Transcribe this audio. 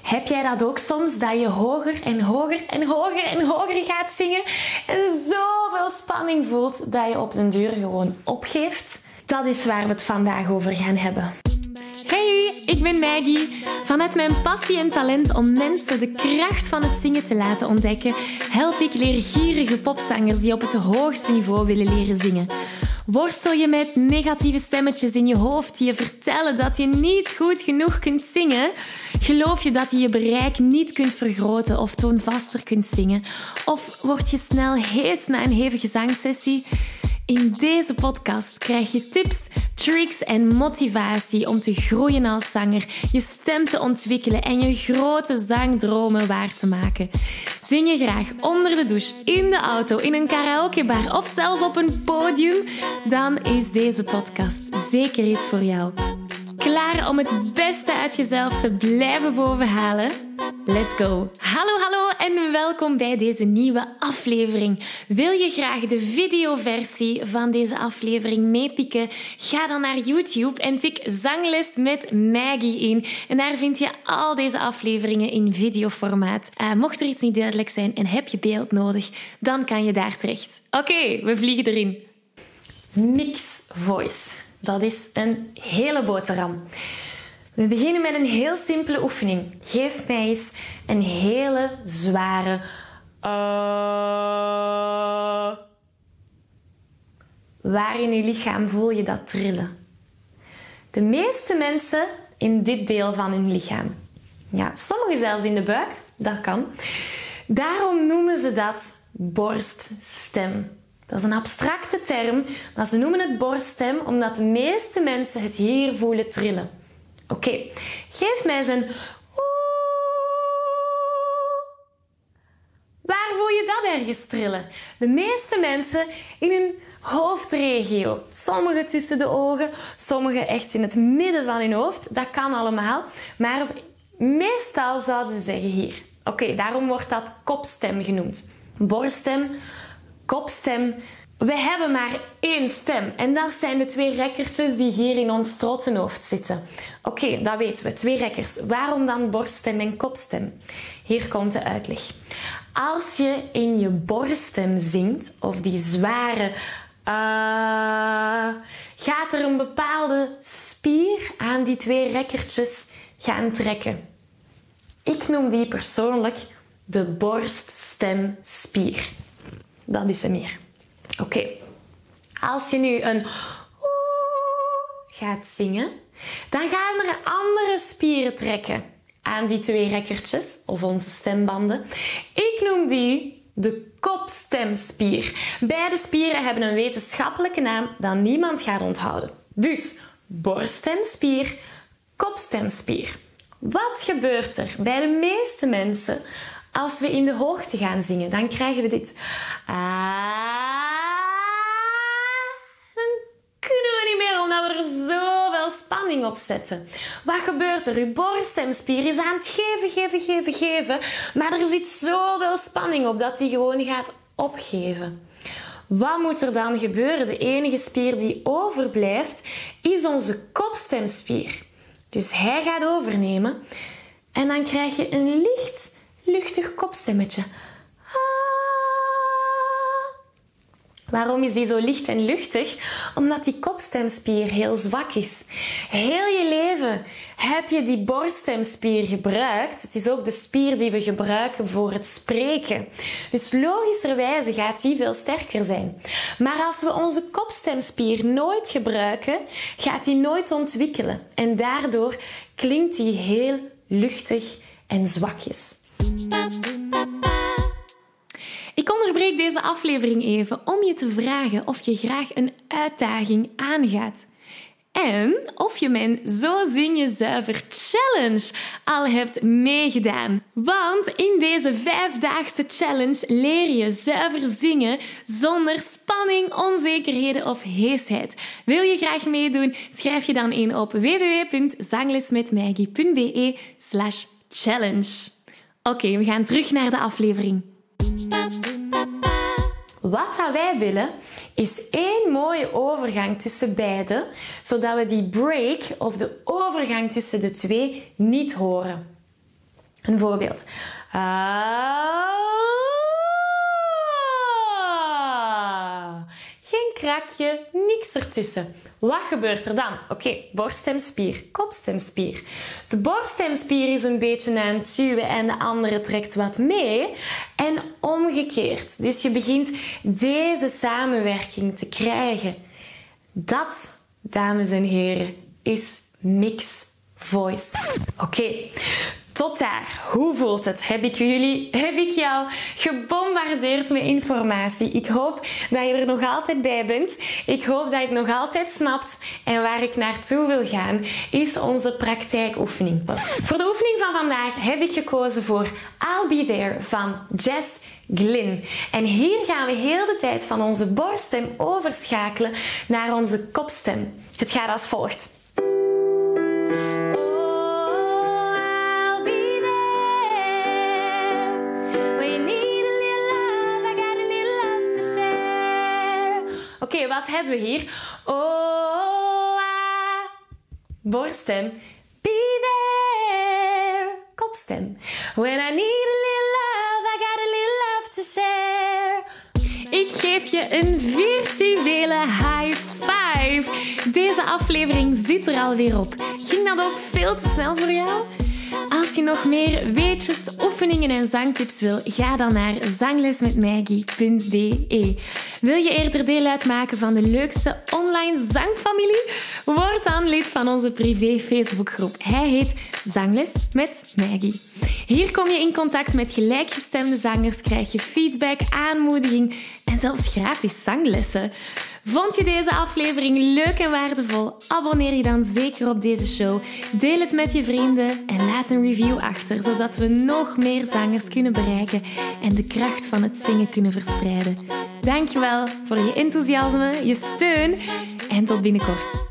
Heb jij dat ook soms, dat je hoger en hoger en hoger en hoger gaat zingen en zoveel spanning voelt dat je op den duur gewoon opgeeft? Dat is waar we het vandaag over gaan hebben. Hey, ik ben Maggie. Vanuit mijn passie en talent om mensen de kracht van het zingen te laten ontdekken, help ik leergierige popzangers die op het hoogste niveau willen leren zingen. Worstel je met negatieve stemmetjes in je hoofd die je vertellen dat je niet goed genoeg kunt zingen? Geloof je dat je je bereik niet kunt vergroten of toonvaster kunt zingen? Of word je snel hees na een hevige zangsessie? In deze podcast krijg je tips, tricks en motivatie om te groeien als zanger, je stem te ontwikkelen en je grote zangdromen waar te maken. Zing je graag onder de douche, in de auto, in een karaokebar of zelfs op een podium? Dan is deze podcast zeker iets voor jou. Klaar om het beste uit jezelf te blijven bovenhalen? Let's go! Hallo en welkom bij deze nieuwe aflevering. Wil je graag de videoversie van deze aflevering meepikken? Ga dan naar YouTube en tik Zangles met Maggie in. En daar vind je al deze afleveringen in videoformaat. Mocht er iets niet duidelijk zijn en heb je beeld nodig, dan kan je daar terecht. Oké, we vliegen erin. Mix voice. Dat is een hele boterham. We beginnen met een heel simpele oefening. Geef mij eens een hele zware Waar in je lichaam voel je dat trillen? De meeste mensen in dit deel van hun lichaam. Ja, sommigen zelfs in de buik. Dat kan. Daarom noemen ze dat borststem. Dat is een abstracte term, maar ze noemen het borststem omdat de meeste mensen het hier voelen trillen. Oké, geef mij eens een Waar voel je dat ergens trillen? De meeste mensen in hun hoofdregio. Sommigen tussen de ogen, sommigen echt in het midden van hun hoofd. Dat kan allemaal, maar meestal zouden ze zeggen hier. Oké, daarom wordt dat kopstem genoemd. Borststem, kopstem. We hebben maar één stem en dat zijn de twee rekkertjes die hier in ons trottenhoofd zitten. Oké, dat weten we. 2 rekkers. Waarom dan borststem en kopstem? Hier komt de uitleg. Als je in je borststem zingt, of die zware gaat er een bepaalde spier aan die 2 rekkertjes gaan trekken. Ik noem die persoonlijk de borststemspier. Dat is hem hier. Oké. Als je nu een gaat zingen, dan gaan er andere spieren trekken aan die 2 rekkertjes, of onze stembanden. Ik noem die de kopstemspier. Beide spieren hebben een wetenschappelijke naam dat niemand gaat onthouden. Dus borststemspier, kopstemspier. Wat gebeurt er bij de meeste mensen als we in de hoogte gaan zingen? Dan krijgen we dit. Dan kunnen we niet meer omdat we er zoveel spanning op zetten. Wat gebeurt er? Uw borststemspier is aan het geven. Maar er zit zoveel spanning op dat die gewoon gaat opgeven. Wat moet er dan gebeuren? De enige spier die overblijft is onze kopstemspier. Dus hij gaat overnemen. En dan krijg je een luchtig kopstemmetje. Waarom is die zo licht en luchtig? Omdat die kopstemspier heel zwak is. Heel je leven heb je die borststemspier gebruikt. Het is ook de spier die we gebruiken voor het spreken. Dus logischerwijze gaat die veel sterker zijn. Maar als we onze kopstemspier nooit gebruiken, gaat die nooit ontwikkelen. En daardoor klinkt die heel luchtig en zwakjes. Ik onderbreek deze aflevering even om je te vragen of je graag een uitdaging aangaat. En of je mijn Zo Zing Je Zuiver Challenge al hebt meegedaan. Want in deze 5-daagse challenge leer je zuiver zingen zonder spanning, onzekerheden of heesheid. Wil je graag meedoen? Schrijf je dan in op www.zanglesmetmaggie.be/challenge. Oké, we gaan terug naar de aflevering. Wat wij willen, is 1 mooie overgang tussen beide, zodat we die break of de overgang tussen de 2 niet horen. Een voorbeeld. Geen krakje, niks ertussen. Wat gebeurt er dan? Oké, borststemspier, kopstemspier. De borststemspier is een beetje aan het duwen en de andere trekt wat mee. En omgekeerd. Dus je begint deze samenwerking te krijgen. Dat, dames en heren, is mix voice. Oké. Tot daar. Hoe voelt het? Heb ik jou gebombardeerd met informatie? Ik hoop dat je er nog altijd bij bent. Ik hoop dat je het nog altijd snapt. En waar ik naartoe wil gaan, is onze praktijkoefening. Voor de oefening van vandaag heb ik gekozen voor I'll Be There van Jess Glynn. En hier gaan we heel de tijd van onze borststem overschakelen naar onze kopstem. Het gaat als volgt. Oké, wat hebben we hier? Borststem. Be there. Kopstem. When I need a little love, I got a little love to share. Ik geef je een virtuele high five. Deze aflevering zit er alweer op. Ging dat ook veel te snel voor jou? Als je nog meer weetjes, oefeningen en zangtips wil, ga dan naar zanglesmetmaggie.be. Wil je eerder deel uitmaken van de leukste online zangfamilie? Word dan lid van onze privé Facebookgroep. Hij heet Zangles met Maggie. Hier kom je in contact met gelijkgestemde zangers, krijg je feedback, aanmoediging en zelfs gratis zanglessen. Vond je deze aflevering leuk en waardevol? Abonneer je dan zeker op deze show. Deel het met je vrienden en laat een review achter, zodat we nog meer zangers kunnen bereiken en de kracht van het zingen kunnen verspreiden. Dankjewel voor je enthousiasme, je steun en tot binnenkort.